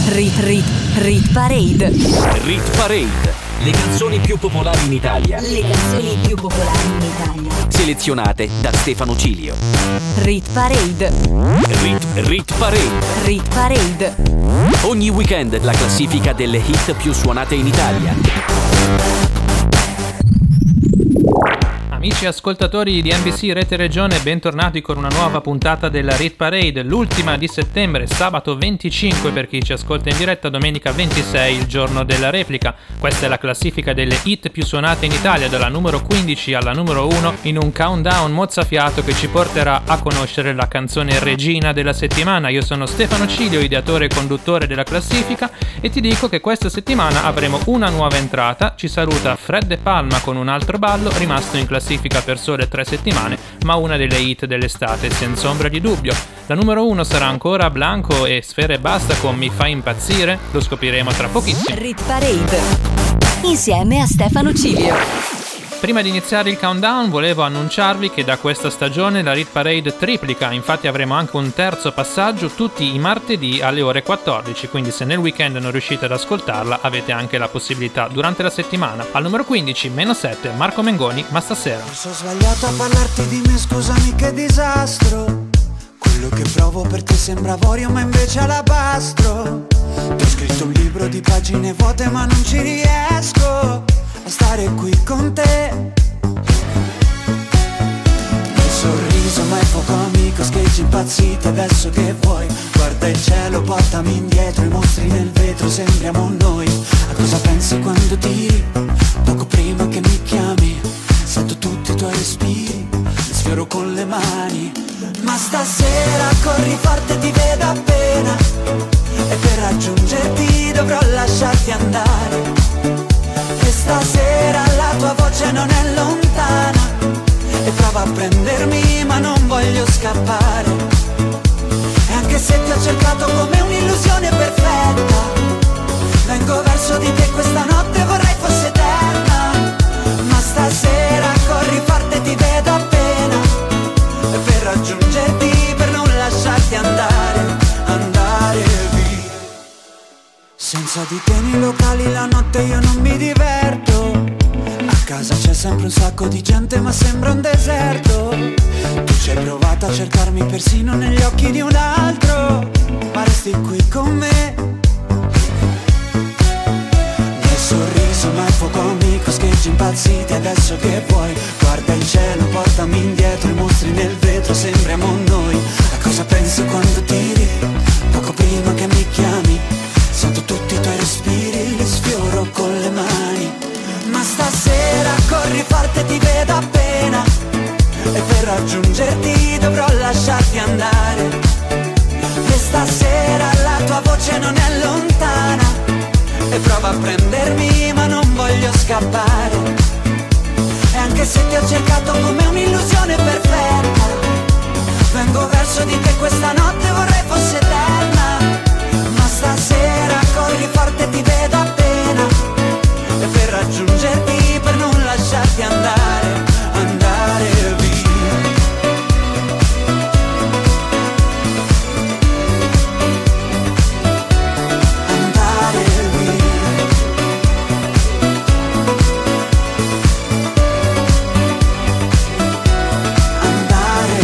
Rit Parade. Rit Parade. Le canzoni più popolari in Italia. Selezionate da Stefano Cilio. Rit Parade. Rit Parade. Rit Parade. Ogni weekend la classifica delle hit più suonate in Italia. Amici ascoltatori di NBC Rete Regione, bentornati con una nuova puntata della Rit Parade, l'ultima di settembre, sabato 25 per chi ci ascolta in diretta, domenica 26, il giorno della replica. Questa è la classifica delle hit più suonate in Italia, dalla numero 15 alla numero 1, in un countdown mozzafiato che ci porterà a conoscere la canzone regina della settimana. Io sono Stefano Cilio, ideatore e conduttore della classifica, e ti dico che questa settimana avremo una nuova entrata. Ci saluta Fred De Palma con Un altro ballo, rimasto in classifica per sole 3 settimane, ma una delle hit dell'estate senza ombra di dubbio. La numero 1 sarà ancora Blanco e Sfera Ebbasta con Mi fa impazzire, lo scopriremo tra pochissimo. Rit Parade insieme a Stefano Cilio. Prima di iniziare il countdown volevo annunciarvi che da questa stagione la Rit Parade triplica, infatti avremo anche un terzo passaggio tutti i martedì alle ore 14, quindi se nel weekend non riuscite ad ascoltarla avete anche la possibilità durante la settimana. Al numero 15, meno 7, Marco Mengoni, Ma stasera. Sono sbagliato a parlarti di me, scusami che disastro. Quello che provo per te sembra avorio ma invece alabastro. Ti ho scritto un libro di pagine vuote ma non ci riesco a stare qui con te. Il sorriso ma è poco amico, scheggi impazziti adesso che vuoi. Guarda il cielo, portami indietro, i mostri nel vetro, sembriamo noi. A cosa pensi quando tiri? Poco prima che mi chiami, sento tutti i tuoi respiri, li sfioro con le mani. Ma stasera corri forte, ti vedo appena, e per raggiungerti dovrò lasciarti andare. E stasera la tua voce non è lontana, e prova a prendermi ma non voglio scappare. E anche se ti ho cercato come un'illusione perfetta, vengo verso di te questa notte, vorrei fosse eterna. Ma stasera corri forte, ti vedo appena, e per raggiungerti, per non lasciarti andare, andare via. Senza di te nei locali la notte io non mi diverto. A casa c'è sempre un sacco di gente ma sembra un deserto. Tu ci hai provato a cercarmi persino negli occhi di un altro, ma resti qui con me. Nel sorriso ma è fuoco amico, scheggi impazziti adesso che vuoi. Guarda il cielo, portami indietro, i mostri nel vetro, sembriamo noi. A cosa pensi quando tiri? Poco prima che mi chiami, sento tutti i tuoi respiri, li sfioro con le mani. Ma stasera corri forte, ti vedo appena, e per raggiungerti dovrò lasciarti andare. E stasera la tua voce non è lontana, e prova a prendermi ma non voglio scappare. E anche se ti ho cercato come un'illusione perfetta, vengo verso di te questa notte, vorrei fosse eterna. Ma stasera corri forte, ti vedo appena, e per raggiungerti, per non lasciarti andare, andare via. Andare via. Andare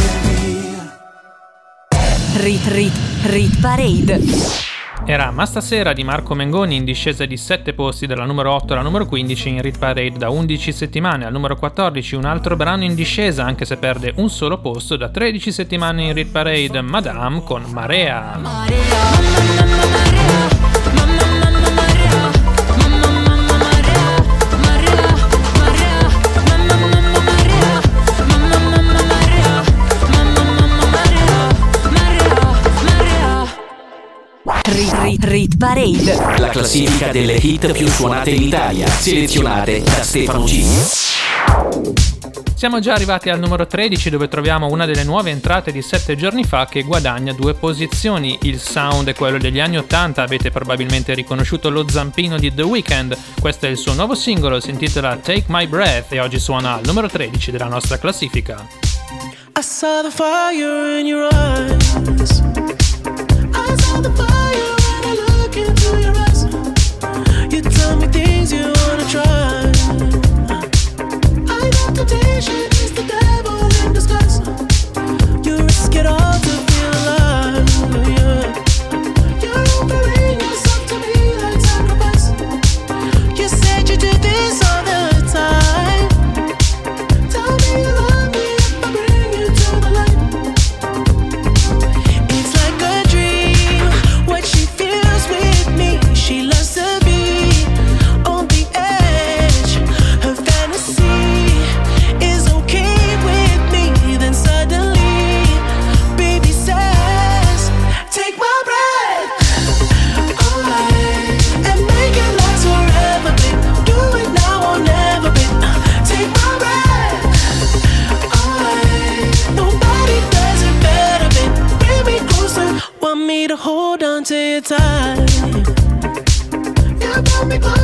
via. Rit Parade. Era Ma stasera di Marco Mengoni, in discesa di 7 posti dalla numero 8 alla numero 15 in Rit Parade da 11 settimane. Al numero 14 un altro brano in discesa, anche se perde un solo posto, da 13 settimane in Rit Parade, Madame con Marea. Rit Parade, la classifica delle hit più suonate in Italia, selezionate da Stefano Cilio. Siamo già arrivati al numero 13, dove troviamo una delle nuove entrate di 7 giorni fa che guadagna 2 posizioni. Il sound è quello degli anni 80, avete probabilmente riconosciuto lo zampino di The Weeknd. Questo è il suo nuovo singolo, si intitola Take My Breath e oggi suona al numero 13 della nostra classifica. I saw the fire in your eyes, I saw the fire when I look into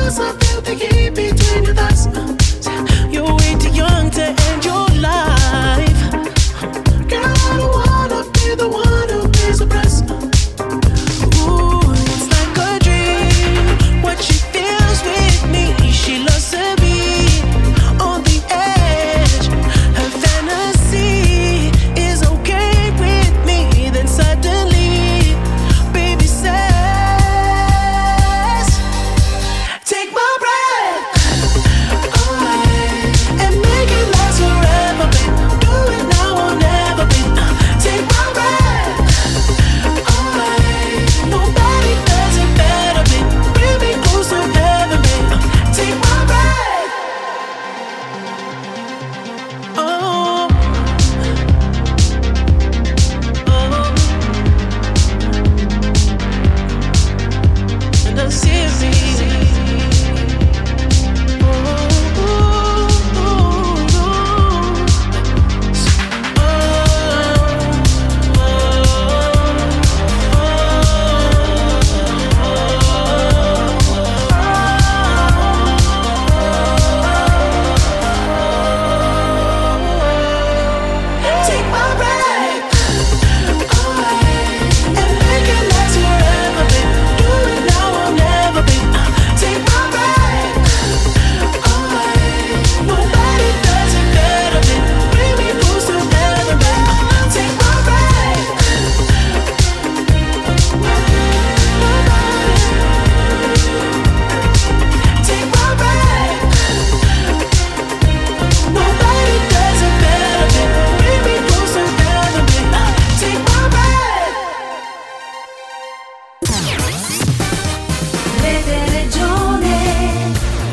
close, I feel the heat between your thighs. You're way too young to end your life. Girl, I don't wanna be the one who pays the price. Ooh, it's like a dream. What she feels with me, she loves to be on the edge. Her fantasy is okay with me. Then suddenly, baby says, take my breath away and make it last forever, babe. Do it now or never, babe. Take my breath away. Nobody does it better, babe. Bring me close to heaven, babe. Take my breath. Oh, and I see take my breath away and make it last forever, babe. Do it now or never, babe. Take my breath away. Nobody does it better, babe. Bring me close to heaven, babe. Take my breath. Take my breath. Nobody does it better, babe. Bring me close to heaven, babe. Take my breath. Rete Regione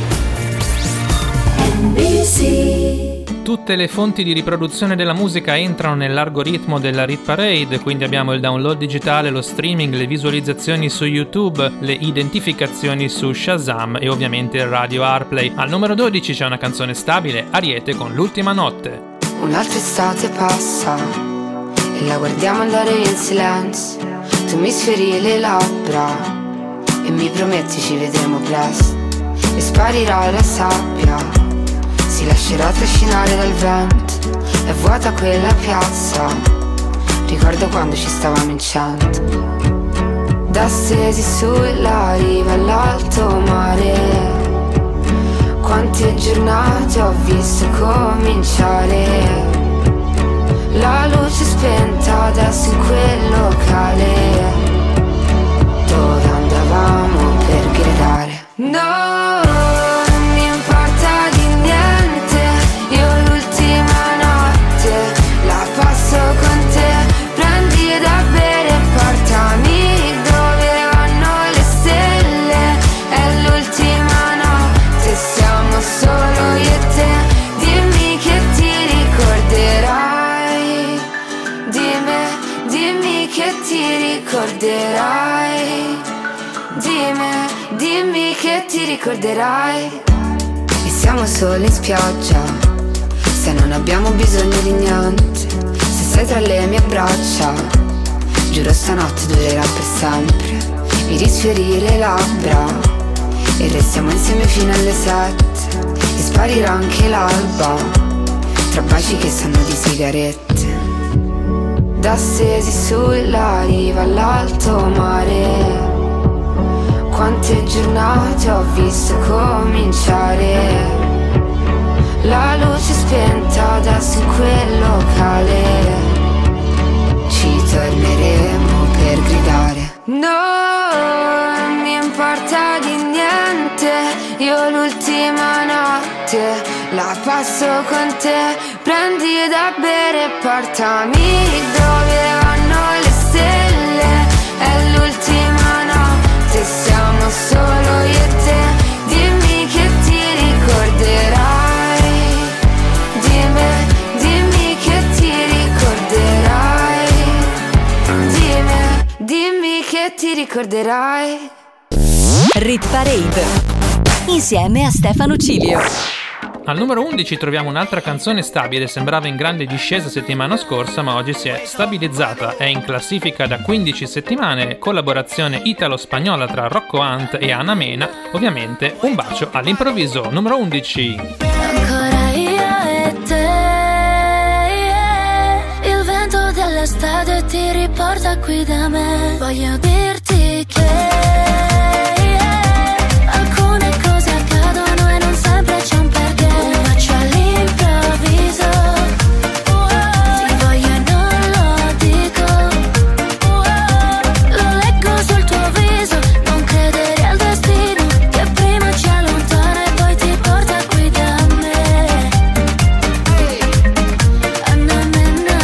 NBC. Tutte le fonti di riproduzione della musica entrano nell'algoritmo della Hit Parade, quindi abbiamo il download digitale, lo streaming, le visualizzazione su YouTube, le identificazioni su Shazam e ovviamente il radio Airplay. Al numero 12 c'è una canzone stabile, Ariete con L'ultima notte. Un'altra estate passa e la guardiamo andare in silenzio. Tu mi sfiori le labbra e mi prometti ci vedremo presto. E sparirà la sabbia, si lascerà trascinare dal vento. È vuota quella piazza, ricordo quando ci stavamo in 100. Da stesi sulla riva all'alto mare, quante giornate ho visto cominciare. La luce spenta adesso in quel locale dove andavamo per gridare. No, non mi importa di niente, io l'ultima notte la passo con te. Prendi da bere e portami dove vanno le stelle. È l'ultima notte, siamo solo io e te. Dimmi che ti ricorderai di me, dimmi che ti ricorderai di me, dimmi che ti ricorderai. E siamo soli in spiaggia, se non abbiamo bisogno di niente. Se sei tra le mie braccia, giuro stanotte durerà per sempre. Mi risfiori le labbra e restiamo insieme fino alle 7. E sparirà anche l'alba, tra baci che sanno di sigarette. Da stesi sulla riva all'alto mare, quante giornate ho visto cominciare. La luce spenta adesso in quel locale, ci torneremo per gridare. No, non mi importa di niente, io l'ultima notte la passo con te. Prendi da bere e portami dove vanno le stelle. È l'ultima notte, siamo solo io e te. Dimmi che ti ricorderai di me, dimmi che ti ricorderai di me, dimmi che ti ricorderai. Hit Parade insieme a Stefano Cilio. Al numero 11 troviamo un'altra canzone stabile, sembrava in grande discesa settimana scorsa ma oggi si è stabilizzata, è in classifica da 15 settimane, collaborazione italo-spagnola tra Rocco Hunt e Anna Mena, ovviamente Un bacio all'improvviso, numero 11. Ancora io e te, il vento dell'estate ti riporta qui da me, voglio dirti che alcune cose accadono e non sempre c'è un perché. Un bacio all'improvviso, ti voglio e non lo dico, lo leggo sul tuo viso, non credere al destino che prima ci allontana e poi ti porta qui da me. Anna Mena,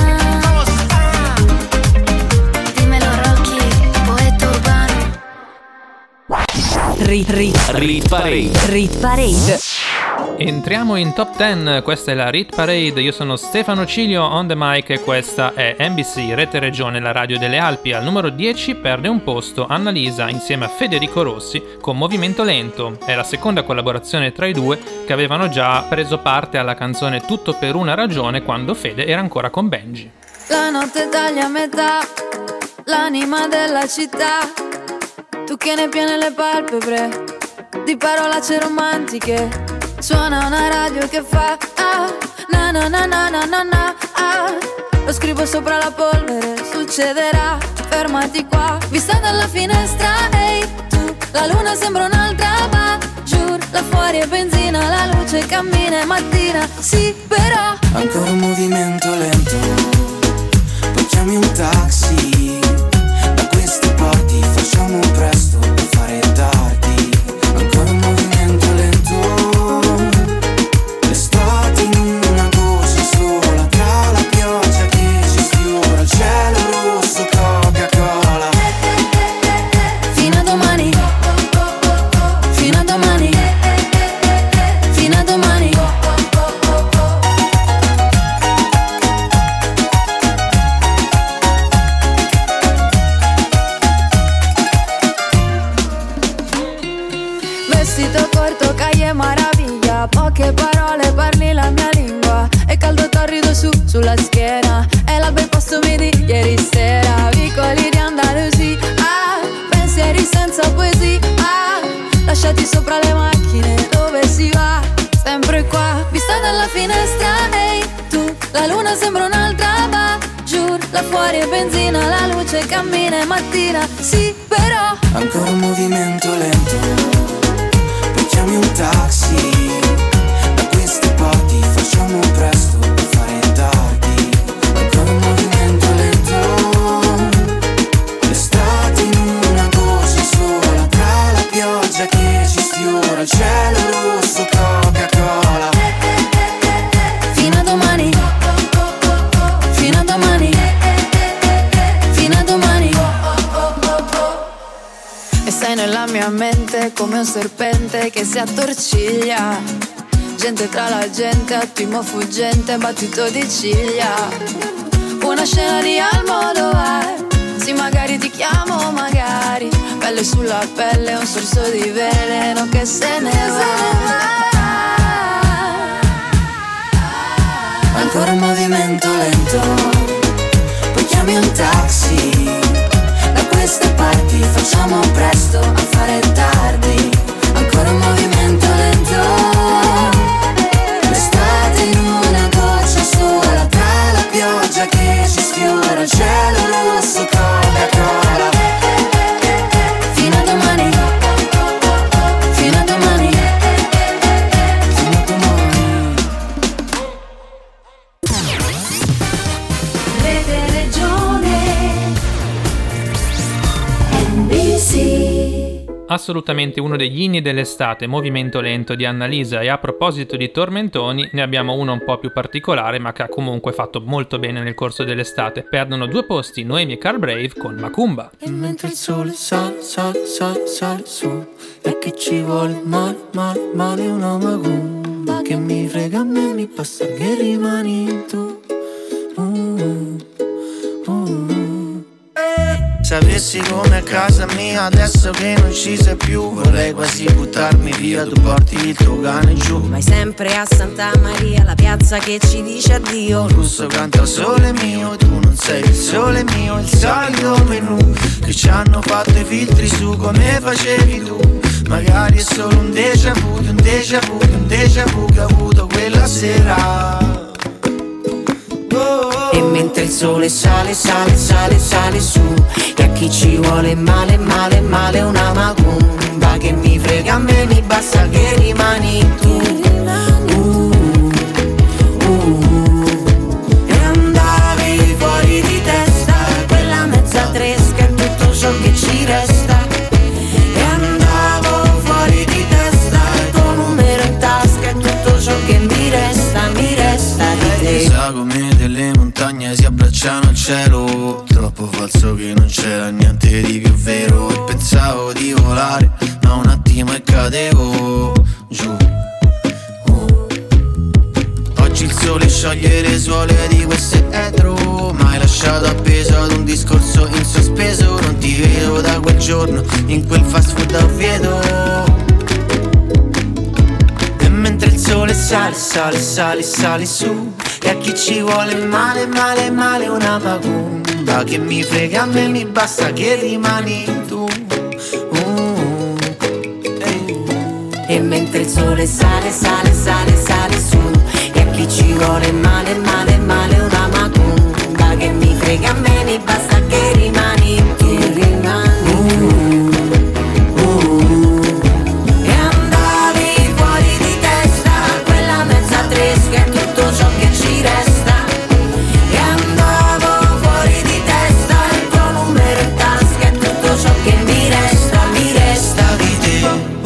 dimmelo Rocky, poeta urbano. Rit Parade. Entriamo in top 10, questa è la Rit Parade, io sono Stefano Cilio on the mic e questa è NBC Rete Regione, la radio delle Alpi. Al numero 10 perde un posto Annalisa insieme a Federico Rossi con Movimento Lento, è la seconda collaborazione tra i due che avevano già preso parte alla canzone Tutto per una ragione quando Fede era ancora con Benji. La notte taglia a metà, l'anima della città, tu che ne piene le palpebre di parolacce romantiche. Suona una radio che fa na na na na na na na lo scrivo sopra la polvere, succederà, fermati qua. Vista dalla finestra, ehi tu, la luna sembra un'altra, va giù, là fuori è benzina, la luce cammina, è mattina, sì però. Ancora un movimento lento, poi chiami un taxi, da queste parti facciamo presto per fare tardi. Ancora un movimento lento, l'estate in una goccia sola, tra la pioggia che ci sfiora, il cielo rosso, Coca-Cola. Fino a domani, fino a domani, fino a domani. Vestito corto, calle maraviglia, poche parole, parli la mia lingua. È caldo torrido sulla schiena, è l'alba il pasto mi di ieri sera. Vicoli di Andalusia, pensieri senza poesia, lasciati sopra le macchine, dove si va? Sempre qua, vista dalla finestra, ehi tu, la luna sembra un'altra, va giù, là fuori è benzina, la luce cammina, è mattina, sì però. Ancora un movimento lento, poi chiami un taxi, da queste parti facciamo presto per fare tardi. Ancora un movimento lento, l'estate in una goccia sola, tra la pioggia che ci sfiora, il cielo rosso, Coca-Cola. Fino a domani, fino a domani, fino a domani. E sei nella mia mente come un serpente che si attorciglia. Gente tra la gente, attimo fuggente, battito di ciglia. Una scena di Almodovar, sì magari ti chiamo, magari. Pelle sulla pelle, un sorso di veleno che se ne va. Ancora un movimento lento, poi chiami un taxi, da queste parti facciamo presto a fare tardi. Ancora un movimento lento, l'estate in una goccia sola, tra la pioggia che ci sfiora, il cielo rosso, Coca-Cola. Fino a domani, fino a domani, Fino a domani. Rete Regione NBC. Assolutamente uno degli inni dell'estate, Movimento Lento di Annalisa. E a proposito di tormentoni, ne abbiamo uno un po' più particolare ma che ha comunque fatto molto bene nel corso dell'estate. Perdono 2 posti Noemi e Carl Brave con Macumba. E mentre il sole sale, sale, sale, sale su, e che ci vuole male, male, male una macumba che mi frega a me, mi passa che rimani tu. ci avessi come a casa mia. Adesso che non ci sei più, vorrei quasi buttarmi via. Tu porti il tuo cane giù. Vai sempre a Santa Maria, la piazza che ci dice addio. Il russo canta il sole mio, tu non sei il sole mio. Il solito menù che ci hanno fatto i filtri su come facevi tu. Magari è solo un déjà vu, un déjà vu, un déjà vu che ho avuto quella sera. E mentre il sole sale, sale, sale, sale su, e a chi ci vuole male, male, male una macumba. Che mi frega a me, mi basta che rimani tu. E andavi fuori di testa, quella mezza tresca è tutto ciò che ci resta. E andavo fuori di testa, il tuo numero in tasca è tutto ciò che mi resta di te. Sagome delle montagne si abbracciano al cielo, troppo falso che non c'era niente di più vero. E pensavo di volare, ma un attimo e cadevo giù. Oggi il sole scioglie le suole di questo etro, ma hai lasciato appeso ad un discorso in sospeso. Non ti vedo da quel giorno in quel fast food a Oviedo. Mentre il sole sale, sale, sale, sale su, e a chi ci vuole male, male, male una macumba. Che mi frega a me, mi basta che rimani tu. E mentre il sole sale, sale, sale, sale su, e a chi ci vuole male, male, male una macumba. Che mi frega a me, mi basta che rimani tu. Che è tutto ciò che ci resta. E andavo fuori di testa, il tuo numero in tasca è tutto ciò che mi resta di te.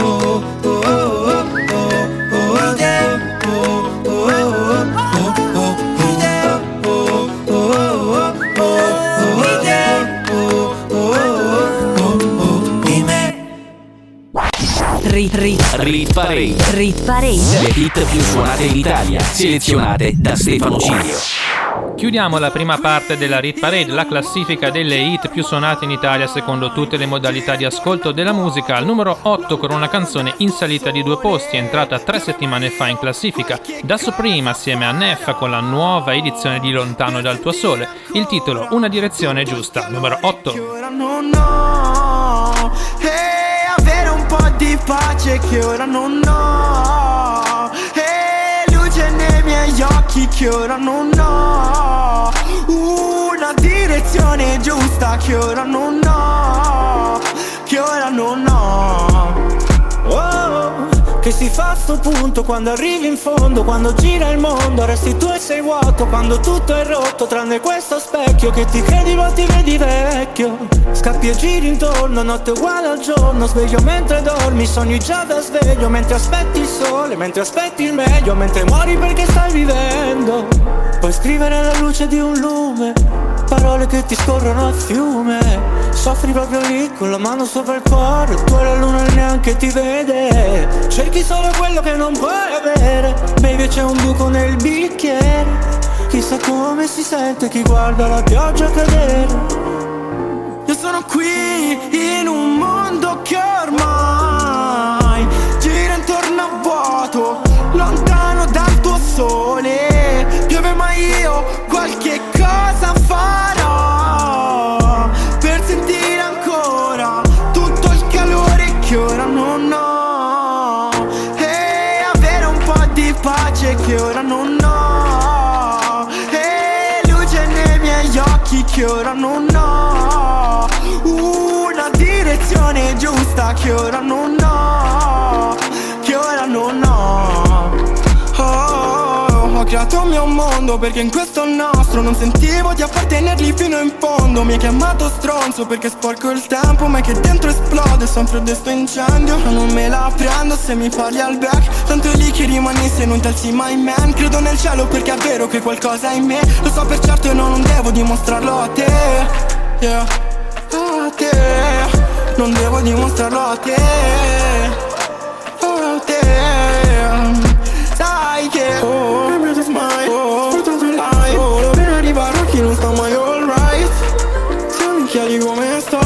Di me. Rit Parade. Rit Parade. Le hit più suonate in Italia, selezionate da Stefano Cilio. Chiudiamo la prima parte della Rit Parade, la classifica delle hit più suonate in Italia secondo tutte le modalità di ascolto della musica. Al numero 8 con una canzone in salita di 2 posti, entrata 3 settimane fa in classifica, da Supreme assieme a Neff con la nuova edizione di Lontano dal tuo sole. Il titolo Una direzione giusta, numero 8. Ora non ho, avere un po' di pace che ora non ho, luce nei miei occhi che ora non ho, una direzione giusta che ora non ho, che ora non ho. Oh, che si fa a sto punto quando arrivi in fondo, quando gira il mondo, resti tu e sei vuoto, quando tutto è rotto tranne questo specchio che ti credi ma ti vedi vecchio. Scappi e giri intorno, notte uguale al giorno, sveglio mentre dormi, sogni già da sveglio, mentre aspetti il sole, mentre aspetti il meglio, mentre muori perché stai vivendo. Puoi scrivere alla luce di un lume, parole che ti scorrono a fiume, soffri proprio lì con la mano sopra il cuore, tu e la luna neanche ti vede, cerchi solo quello che non puoi avere, baby c'è un buco nel bicchiere, chissà come si sente chi guarda la pioggia cadere. Io sono qui in un mondo che ormai gira intorno a vuoto, lontano dal tuo sole, piove ma io qualche cosa farò per sentire ancora tutto il calore che ora non ho, e avere un po' di pace che ora non ho, e luce nei miei occhi che ora non ho, una direzione giusta che ora non ho, che ora non ho. Ho creato un mio mondo perché in questo nostro non sentivo di appartenergli fino in fondo. Mi hai chiamato stronzo perché sporco il tempo, ma è che dentro esplode sempre questo incendio. Ma non me la prendo se mi parli al back, tanto è lì che rimani se non ti alzi mai man. Credo nel cielo perché è vero che qualcosa è in me, lo so per certo e non devo dimostrarlo a te, yeah. A te, non devo dimostrarlo a te, a te. Sai che per arrivare a chi non sta mai alright, se mi chiedi come sto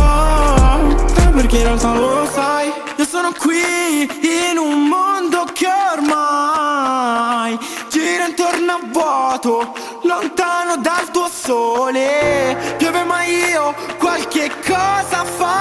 Sono qui in un mondo che ormai gira intorno a vuoto, lontano dal tuo sole. Piove ma io qualche cosa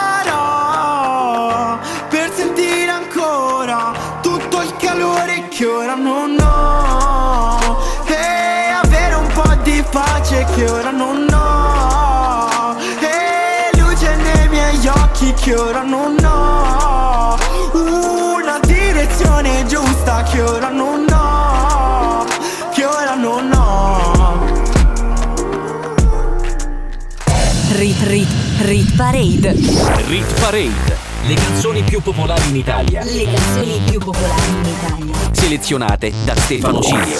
farò per sentire ancora tutto il calore che ora non ho, e avere un po' di pace che ora non ho, e luce nei miei occhi che ora non ho, una direzione giusta che ora non ho, che ora non ho. Rit Parade. Rit Parade. Le canzoni più popolari in Italia. Le canzoni più popolari in Italia. Selezionate da Stefano Cilio.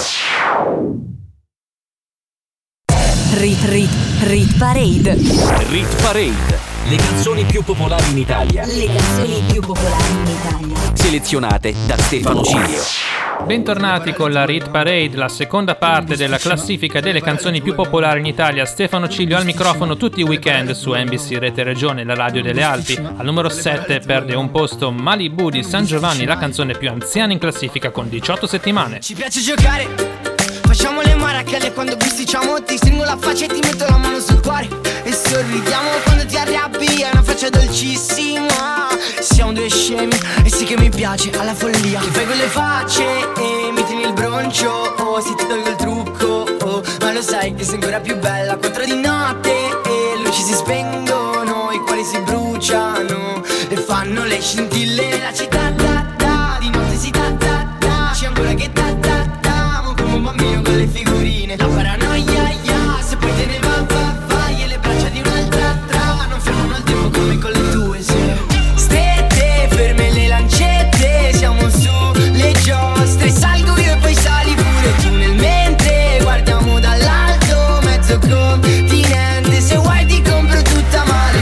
Rit Parade. Rit Parade. Le canzoni più popolari in Italia. Le canzoni più popolari in Italia. Selezionate da Stefano Cilio. Bentornati con la Rit Parade, la seconda parte della classifica delle canzoni più popolari in Italia. Stefano Cilio al microfono tutti i weekend su NBC Rete Regione, la radio delle Alpi. Al numero 7 perde un posto Malibu di San Giovanni, la canzone più anziana in classifica con 18 settimane. Ci piace giocare, facciamo le marachelle quando bisticciamo. Ti stringo la faccia e ti metto la mano sul cuore e sorridiamo quando ti arrabbi. Hai una faccia dolcissima, siamo due scemi e sì che mi piace alla follia. Che fai quelle facce e mi tieni il broncio, oh, se ti tolgo il trucco, oh, ma lo sai che sei ancora più bella. 4 di notte e luci si spengono, i cuori si bruciano e fanno le scintille. La città di notte si c'è ancora che come un bambino con le figurine. La paranoia, se poi te ne va, e le braccia di un'altra non fermano il tempo come con le tue, strette, ferme le lancette, siamo su le giostre, salgo io e poi sali pure tu nel mentre guardiamo dall'alto mezzo continente. Se vuoi ti compro tutta male,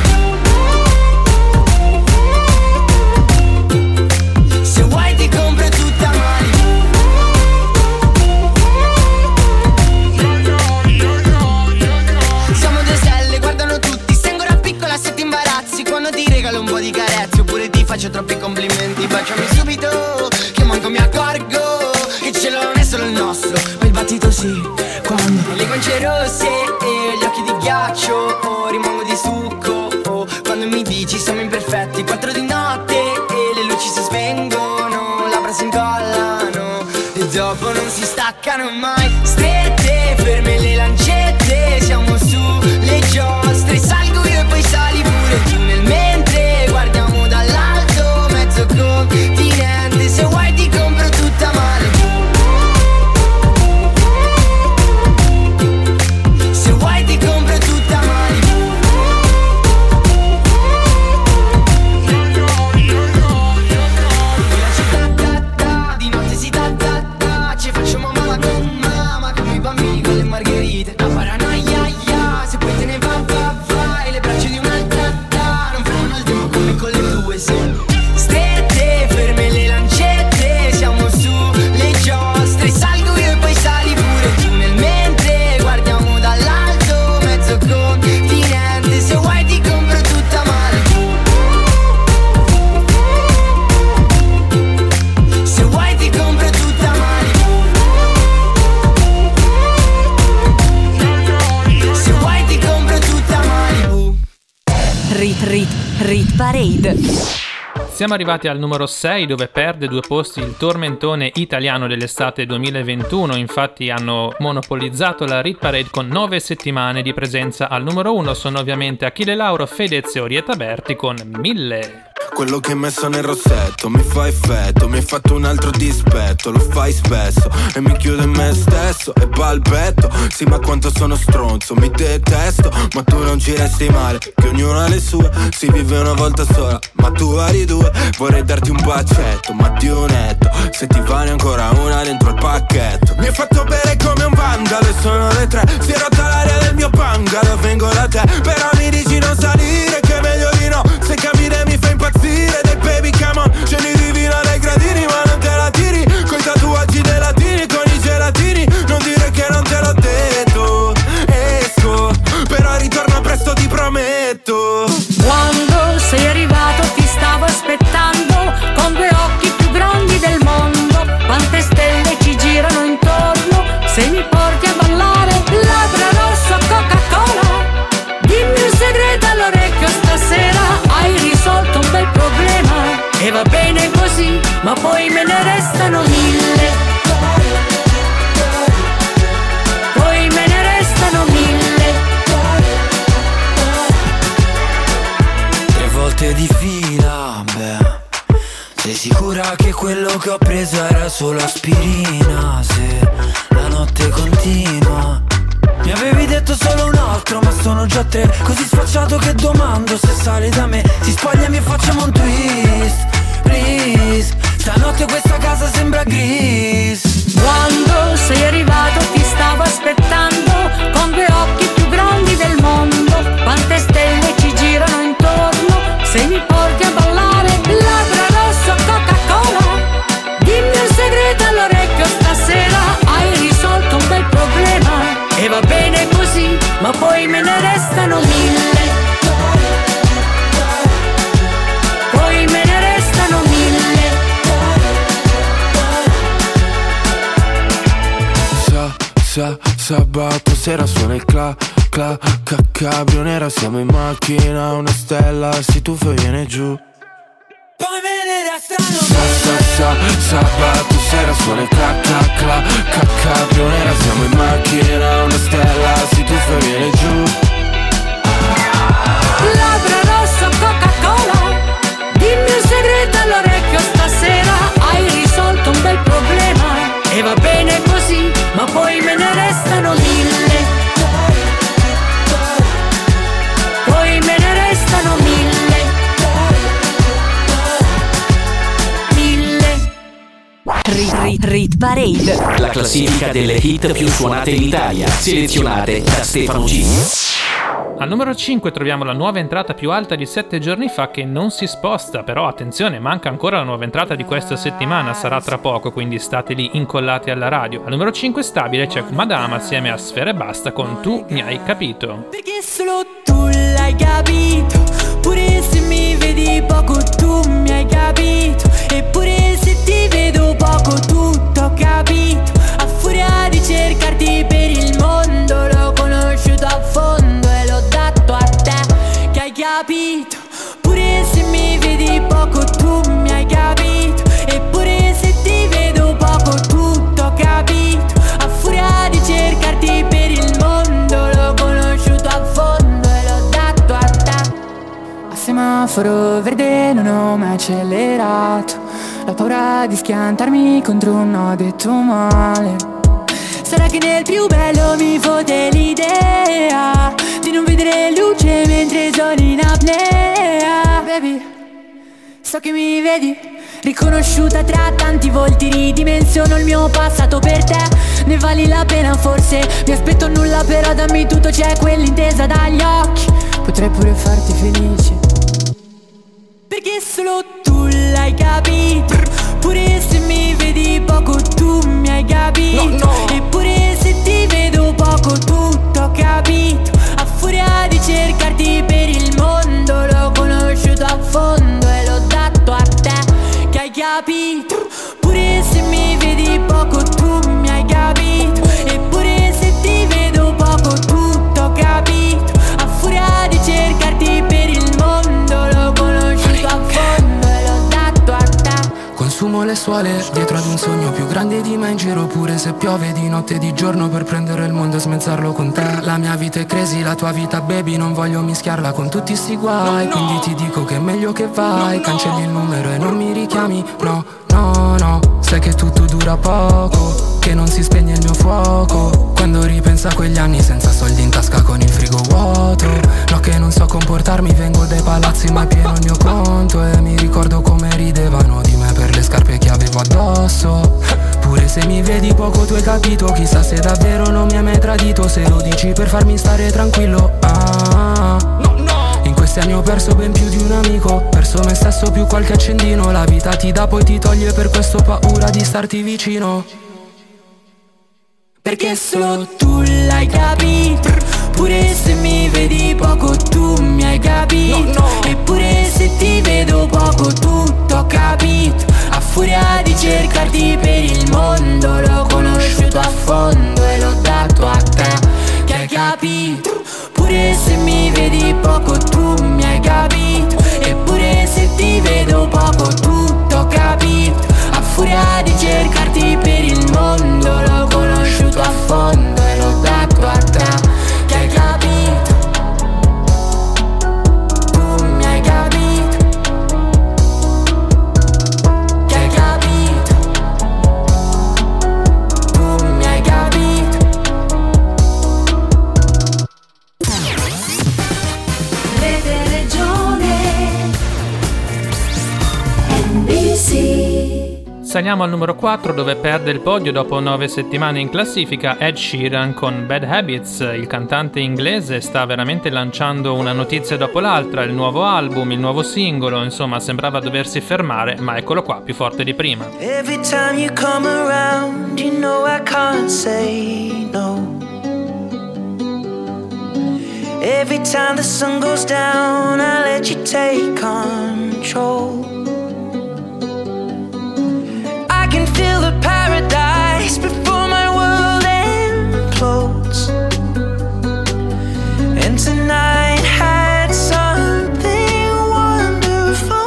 se vuoi ti compro tutta male. Un po' di carezze oppure ti faccio troppi complimenti. Baciami subito che manco mi accorgo che il cielo non è solo il nostro, ma il battito sì, quando le guance rosse e gli occhi di ghiaccio, oh, rimango di succo, oh, quando mi dici siamo imperfetti. 4 di notte e le luci si spengono, labbra si incollano e dopo non si staccano mai. Strette, ferme le lancette, siamo su le giostre, salgo io e poi sali pure tu nel mentre guardiamo dall'alto mezzo continente. Se vuoi ti compro tutta male, se vuoi ti compro tutta male. La città di notte si ci facciamo mamma con mamma come i bambini con le margherite. La paranoia, se poi te ne va, e le braccia di un'altra non fermano il tempo come con le tue, strette, ferme le lancette, siamo su le giostre, salgo io e poi sali pure tu nel mentre guardiamo dall'alto mezzo continente. Se vuoi ti compro tutta male, se vuoi ti compro tutta male, se vuoi ti compro tutta male. Rit Parade. Siamo arrivati al numero 6 dove perde 2 posti il tormentone italiano dell'estate 2021, infatti hanno monopolizzato la Rit Parade con 9 settimane di presenza al numero 1, sono ovviamente Achille Lauro, Fedez e Orietta Berti con 1000. Quello che hai messo nel rossetto mi fa effetto, mi hai fatto un altro dispetto, lo fai spesso e mi chiudo in me stesso e balbetto. Sì, ma quanto sono stronzo, mi detesto, ma tu non ci resti male, che ognuno ha le sue, si vive una volta sola, ma tu vari due. Vorrei darti un bacetto, ma di un netto, se ti vale ancora una dentro il pacchetto. Mi hai fatto bere come un vandalo e sono le 3, si è rotta l'aria del mio bungalow, vengo da te, però mi dici non salire, che è meglio di no, se cammini mi fai impazzire. Dai baby come on, scendi divina dai gradini, ma non te la tiri, coi tatuaggi dei latini, con i gelatini, non dire che non te l'ho detto. Esco, però ritorno presto ti prometto. Quando sei arrivato ti stavo aspettando con 2 così, ma poi me ne restano 1000. Poi me ne restano 1000. 3 volte di fila, beh. Sei sicura che quello che ho preso era solo aspirina? Se la notte continua. Mi avevi detto solo un altro, ma sono già 3. Così sfacciato che domando se sali da me. Si spogliami e facciamo un twist, please. Stanotte questa casa sembra gris. Quando sei arrivato ti stavo aspettando, con 2 occhi più grandi del mondo. Quante stelle ci girano intorno, se mi porti a ballare. Labbra rosso, Coca-Cola. Dimmi un segreto all'orecchio stasera. Hai risolto un bel problema e va bene così, ma poi me ne restano 1000. Poi me ne restano 1000. Sabato sera suona il cabrio nera. Siamo in macchina, una stella si tuffa e viene giù. Poi me ne restano Sabato sera suona il cabrio nera. Siamo in macchina, una stella si tuffa e viene giù. Labbra rosso, Coca-Cola. Dimmi un segreto all'orecchio stasera. Hai risolto un bel problema e va bene così, ma poi me ne restano 1000. Poi me ne restano 1000. 1000. Rit Parade, La classifica delle hit più suonate in Italia, selezionate da Stefano G. Al numero 5 troviamo la nuova entrata più alta di 7 giorni fa che non si sposta, però attenzione, manca ancora la nuova entrata di questa settimana, sarà tra poco, quindi state lì incollati alla radio. Al numero 5 stabile c'è Madama assieme a Sfera Ebbasta con Tu mi hai capito. Perché solo tu l'hai capito, pure se mi vedi poco tu mi hai capito, eppure se ti vedo poco tutto ho capito, a furia di cercarti per il mondo l'ho conosciuto a fondo e l'ho dato a te che hai capito, pure se mi vedi poco tu mi hai capito, eppure se ti vedo poco tutto ho capito, a furia di cercarti per il mondo l'ho conosciuto a fondo e l'ho dato a te. A semaforo verde non ho mai accelerato, la paura di schiantarmi contro un no detto male. Sarà che nel più bello mi fode l'idea di non vedere luce mentre sono in apnea. Baby, so che mi vedi, riconosciuta tra tanti volti, ridimensiono il mio passato per te. Ne vali la pena forse, mi aspetto nulla però dammi tutto, c'è quell'intesa dagli occhi, potrei pure farti felice. Perché solo tu l'hai capito, pure se mi vedi poco tu mi hai capito, eppure se ti vedo poco tutto ho capito, a furia di cercarti per il mondo l'ho conosciuto a fondo e l'ho dato a te che hai capito, pure se mi vedi poco tu mi hai capito, eppure se ti vedo poco tutto ho capito, a furia di cercarti per il mondo l'ho conosciuto a fondo e l'ho dato a te. Consumo le suole dietro ad un sogno più grande di me, in giro pure se piove di notte e di giorno per prendere il mondo e smezzarlo con te. La mia vita è crazy, la tua vita baby, non voglio mischiarla con tutti sti guai, quindi ti dico che è meglio che vai, cancelli il numero e non mi richiami, no, sai che tutto dura poco, che non si spegne il mio fuoco, quando ripenso a quegli anni senza soldi in tasca con il frigo vuoto, no che non so comportarmi, vengo dai palazzi ma è pieno il mio conto, e mi ricordo come ridevano di me per le scarpe che avevo addosso, pure se mi vedi poco tu hai capito, chissà se davvero non mi hai mai tradito, se lo dici per farmi stare tranquillo, in questi anni ho perso ben più di un amico, perso me stesso più qualche accendino, la vita ti dà poi ti toglie, per questo ho paura di starti vicino. Perché solo tu l'hai capito, pure se mi vedi poco tu mi hai capito, eppure se ti vedo poco tutto ho capito, a furia di cercarti per il mondo l'ho conosciuto a fondo e l'ho dato a te che hai capito, pure se mi vedi poco tu mi hai capito, eppure se ti vedo poco tutto ho capito, Saliamo al numero 4 dove perde il podio dopo 9 settimane in classifica Ed Sheeran con Bad Habits. Il cantante inglese sta veramente lanciando una notizia dopo l'altra, il nuovo album, il nuovo singolo, insomma sembrava doversi fermare, ma eccolo qua, più forte di prima. Every time you come around, you know I can't say no. Every time the sun goes down, I let you take control. I can feel the paradise before my world implodes. And tonight had something wonderful.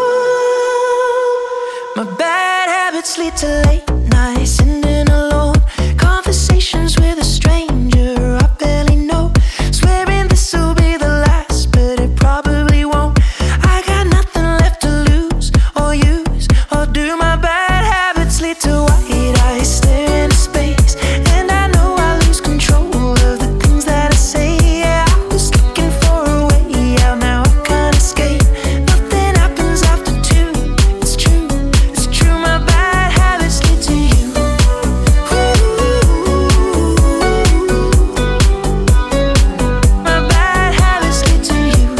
My bad habits lead to late nights, sitting alone, conversations with a stranger I barely know, swearing this will be the last, but it probably won't. I got nothing left to lose or use or do. My bad habits lead to white eyes stare into space, and I know I lose control of the things that I say. Yeah, I was looking for a way out, now I can't escape. Nothing happens after two. It's true, it's true. My bad habits lead to you. My bad habits lead to you.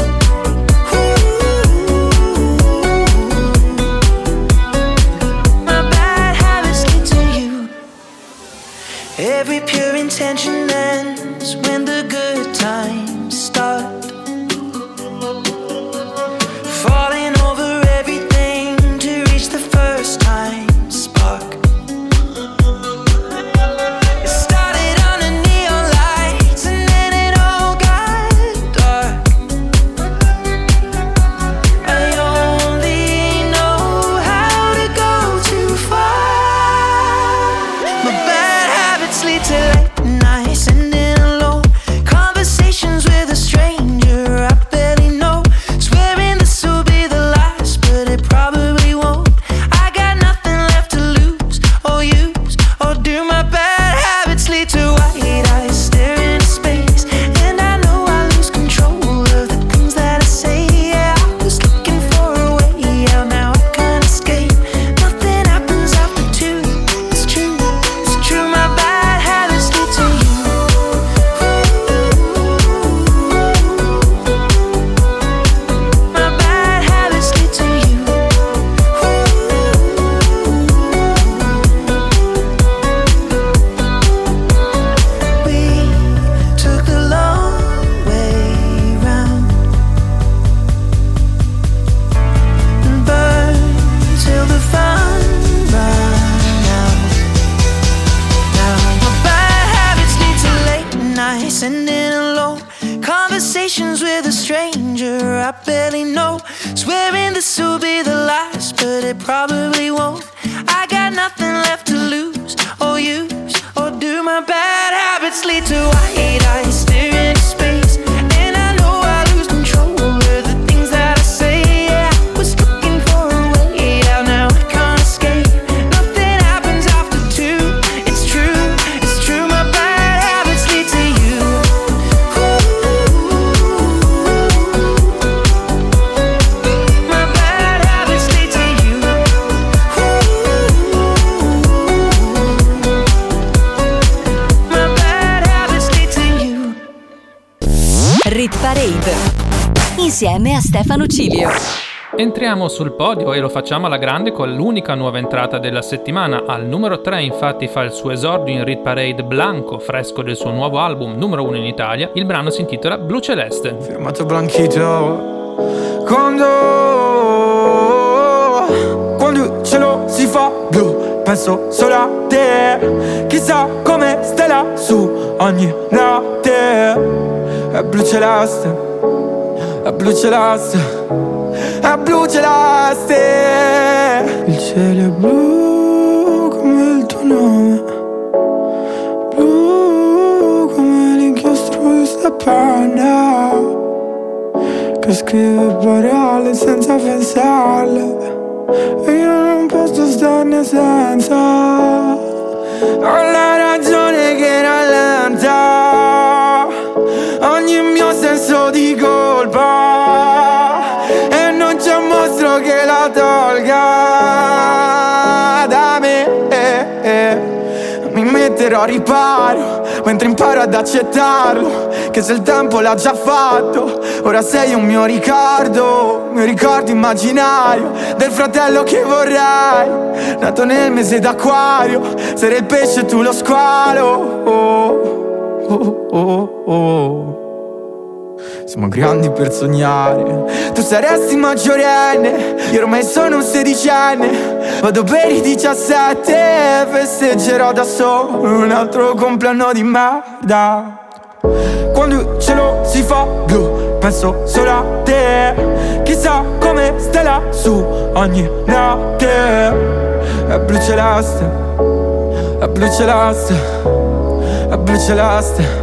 My bad habits lead to you. Every pure intention ends when the good times start. Falling over everything to reach the first time spark. It started under neon lights and then it all got dark. I only know how to go too far. My bad habits lead to late nights, sitting alone, conversations with a stranger I barely know, swearing this will be the last, but it probably won't. I got nothing left to lose or use or do. My bad habits lead to white eyes stare into space, and I know I lose control of the things that I say. Yeah, I was looking for a way out, now I can't escape. Nothing happens after two. It's true, it's true. My bad habits lead to you. My bad habits lead to you. We took the long way round and burned till the fun ran out. Now my bad habits lead to late nights, sitting alone, conversations with a stranger I barely know, swearing this will be the last, but it probably won't. I got nothing left to lose or use or do. My bad habits lead to white eyes stare into space, and I know I lose control of the things that I say. Yeah, I was looking for a way out, now I can't escape. Nothing happens after two. It's true, it's true. My bad habits lead to you. My bad habits lead to you. My bad habits lead to you. Rit Parade insieme a Stefano Cilio. Entriamo sul podio e lo facciamo alla grande con l'unica nuova entrata della settimana. Al numero 3 infatti fa il suo esordio in Rit Parade Blanco, fresco del suo nuovo album numero 1 in Italia. Il brano si intitola Blu Celeste. Firmato Blanchito. Quando il cielo si fa blu, penso solo a te. Chissà come stai lassù ogni notte. È blu celeste, è blu celeste, è blu celeste. Il cielo è blu come il tuo nome, blu come l'inchiostro di sta penna che scrive parole senza pensarle, e io non posso starne senza. Ho la ragione che rallenta ogni mio senso di colpa, e non c'è un mostro che la tolga da me. metterò a riparo, mentre imparo ad accettarlo, che se il tempo l'ha già fatto, ora sei un mio ricordo immaginario, del fratello che vorrei, nato nel mese d'acquario, sarei il pesce e tu lo squalo. Siamo grandi per sognare. Tu saresti maggiorenne, io ormai sono un sedicenne. Vado per i 17, festeggerò da solo un altro compleanno di merda. Quando il cielo si fa blu, penso solo a te. Chissà come stai lassù ogni notte. È blu celeste, è blu celeste, è blu celeste.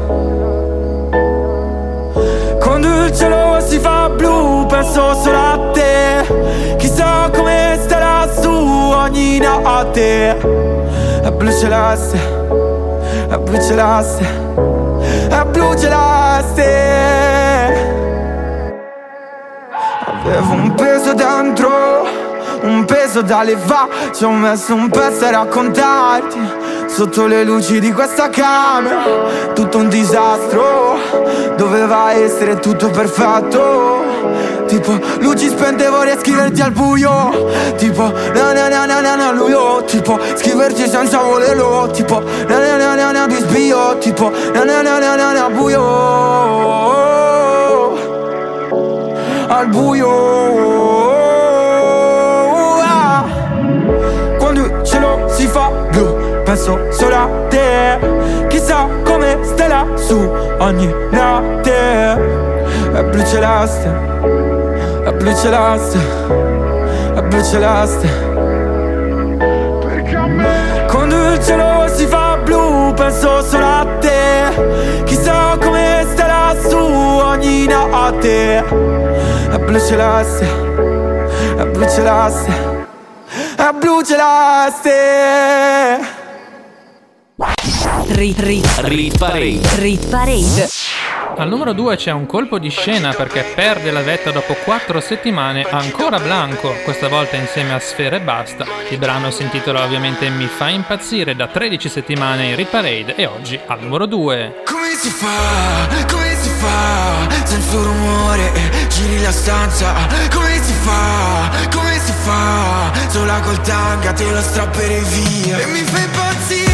Quando il cielo si fa blu penso solo a te. Chissà come stai lassù ogni notte. È blu celeste, è blu celeste, è blu celeste. Avevo un peso dentro, un peso da levare. Ci ho messo un pezzo a raccontarti. Sotto le luci di questa camera tutto un disastro. Doveva essere tutto perfetto. Tipo luci spente vorrei scriverti al buio. Tipo na na na na na na luio. Tipo scriverti senza volerlo. Tipo na na na na na bisbio. Tipo na na na na na na buio. Al buio. Quando il cielo si fa blu penso solo a te. Chissà come stai lassù ogni notte. È blu celeste, è blu celeste, è blu celeste. Perché a me quando il cielo si fa blu penso solo a te. Chissà come stai lassù ogni notte. È blu celeste, è blu celeste, è blu celeste. Rit Parade. Al numero 2 c'è un colpo di scena perché perde la vetta dopo 4 settimane, ancora Blanco, questa volta insieme a Sfera Ebbasta. Il brano si intitola ovviamente Mi fa impazzire, da 13 settimane in Rit Parade e oggi al numero 2. Come si fa, senza rumore, giri la stanza. Come si fa, sola col tanga te lo strapperei via. E mi fai impazzire.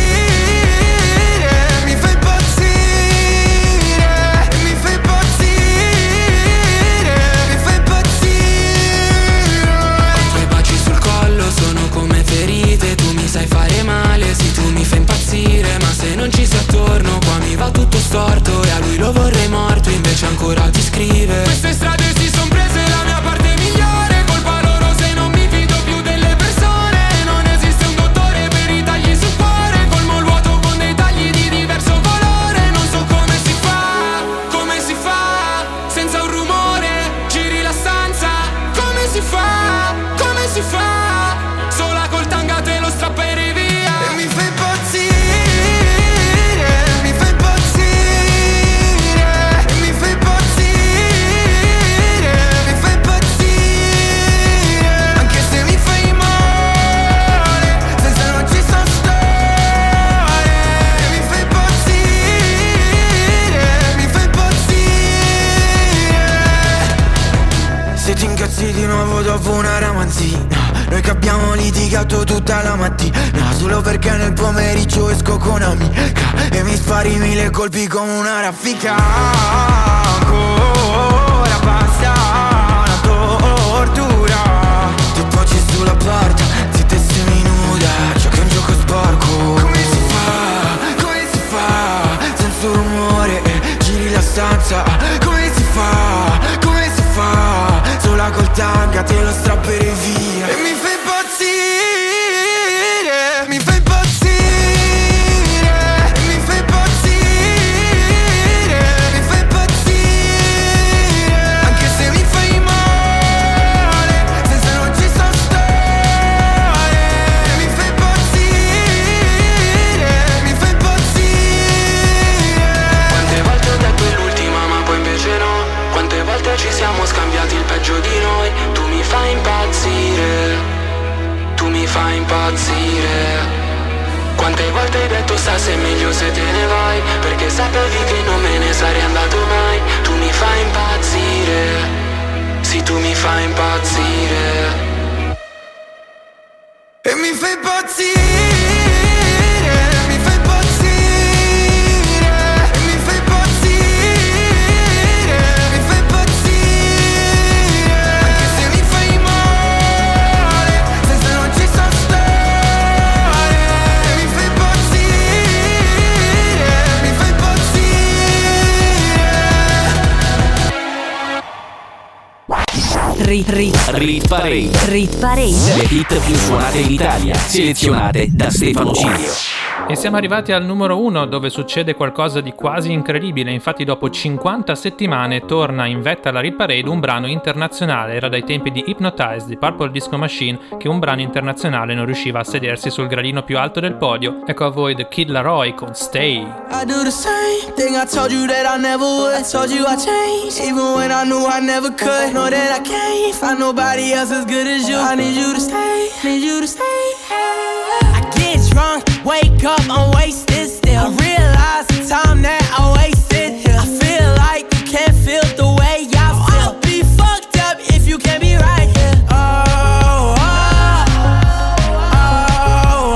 Sai fare male, sì tu mi fai impazzire, ma se non ci sei attorno qua mi va tutto storto e a lui lo vorrei morto, invece ancora ti scrive. Queste strade si son prese la mia parte migliore, colpa loro se non mi fido più delle persone. Non esiste un dottore per i tagli sul cuore, colmo il vuoto con dei tagli di diverso colore. Non so come si fa, senza un rumore, giri la stanza. Come si fa, sola col tanga te lo strapperei via. E mi fai impazzire, mi fai impazzire, mi fai impazzire, mi fai impazzire. Anche se mi fai male, senza non ci so stare. Mi fai impazzire, mi fai impazzire. Se ti incazzi di nuovo dopo una ramanzina, noi che abbiamo litigato tutta la mattina, solo perché nel pomeriggio esco con amica e mi spari 1000 colpi come una raffica. Ancora basta una tortura. Ti poggi sulla porta, ti testimi nuda, giochi un gioco sporco. Come si fa, senza rumore, giri la stanza. Come si fa, sola col tanga te lo strapperei via. E mi fai impazzire, mi fai impazzire, mi fai impazzire, mi fai impazzire. Anche se mi fai male, senza non ci so stare. Mi fai impazzire, mi fai impazzire. Quante volte ho detto è l'ultima ma poi invece no. Quante volte ci siamo scambiati il peggio di noi. Tu mi fai impazzire, tu mi fai impazzire. Quante volte hai detto sta se è meglio se te ne vai, perché sapevi che non me ne sarei andato mai. Tu mi fai impazzire, sì tu mi fai impazzire. E mi fai impazzire, mi fai impazzire, e mi fai impazzire, mi fai impazzire. Anche se mi fai male, senza non ci so stare. Mi fai impazzire, mi fai impazzire. Rit Parade. Rit Parade. Le hit più suonate in Italia, selezionate da Stefano Cilio. E siamo arrivati al numero 1, dove succede qualcosa di quasi incredibile. Infatti dopo 50 settimane torna in vetta alla Rit Parade un brano internazionale. Era dai tempi di Hypnotize di Purple Disco Machine che un brano internazionale non riusciva a sedersi sul gradino più alto del podio. Ecco a voi The Kid Laroi con Stay. I do the same thing I told you that I never would. I told you I changed, even when I knew I never could. Know that I can't find nobody else as good as you. I need you to stay, need you to stay. I get drunk, wake up, I'm wasted still. I realize the time that I wasted here. I feel like you can't feel the way I feel. I'll be fucked up if you can't be right here. Oh, oh, oh,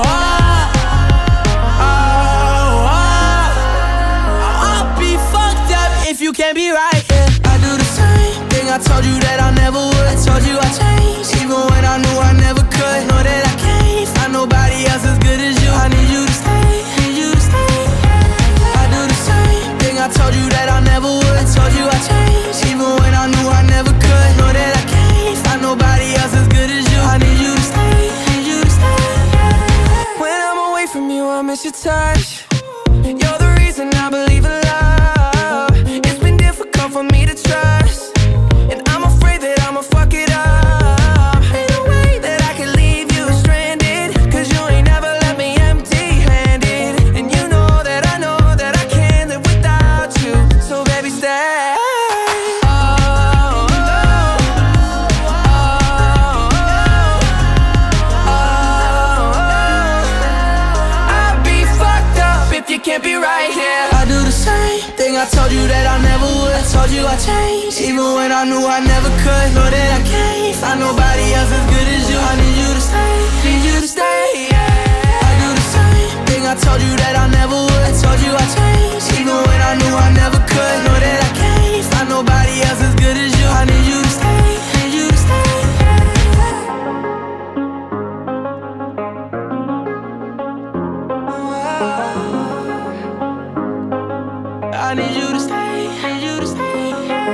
oh, oh. I'll be fucked up if you can't be right here. I do the same thing I told you that I never would. I told you I changed, even when I knew I never could. Know that I can't find nobody else as good as you. I need you to stay, need you to stay. I do the same thing I told you that I never would. I told you I changed, even when I knew I never could. Know that I can't find nobody else as good as you. I need you to stay, need you to stay. When I'm away from you, I miss your touch. You're the reason I believe in love. It's been difficult for me to trust, and I'm afraid that I'ma fuck it up. Ain't no way that I can leave you stranded, cause you ain't never left me empty-handed. And you know that I can't live without you. So baby stay. Oh, oh, oh, oh, oh. I'll be fucked up if you can't be right here. I do the same thing I told you that I never would. I told you I changed, even when I knew I never could. Know that I can't find nobody else as good as you. I need you to stay, need you to stay. I do the same thing I told you that I never would. I told you I changed, even when I knew I never could. Know that I can't find nobody else as good as you. I need you to stay, need you to stay. I need you to stay, need you to stay.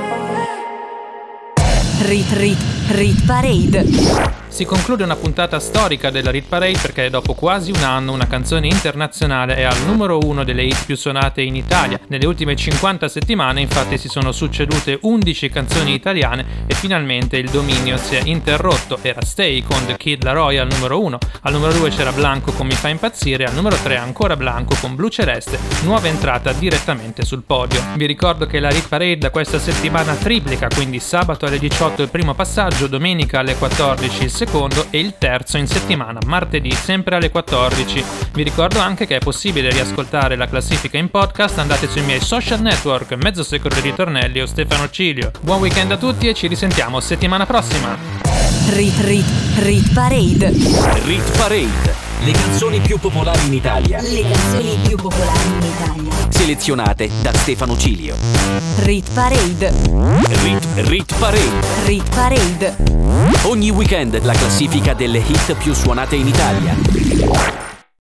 Rit Parade. Si conclude una puntata storica della Rit Parade perché dopo quasi un anno una canzone internazionale è al numero 1 delle hit più suonate in Italia. Nelle ultime 50 settimane infatti si sono succedute 11 canzoni italiane e finalmente il dominio si è interrotto. Era Stay con The Kid Laroi al numero 1, al numero 2 c'era Blanco con Mi fa impazzire, al numero 3 ancora Blanco con Blu Celeste, nuova entrata direttamente sul podio. Vi ricordo che la Rit Parade da questa settimana triplica, quindi sabato alle 18 il primo passaggio, domenica alle 14 il secondo e il terzo in settimana, martedì sempre alle 14. Vi ricordo anche che è possibile riascoltare la classifica in podcast, andate sui miei social network, Mezzo Secolo di Ritornelli o Stefano Cilio. Buon weekend a tutti e ci risentiamo settimana prossima. Rit Parade. Rit Parade. Le canzoni più popolari in Italia. Le canzoni più popolari in Italia. Selezionate da Stefano Cilio. Rit Parade. Rit Parade. Rit Parade. Ogni weekend la classifica delle hit più suonate in Italia.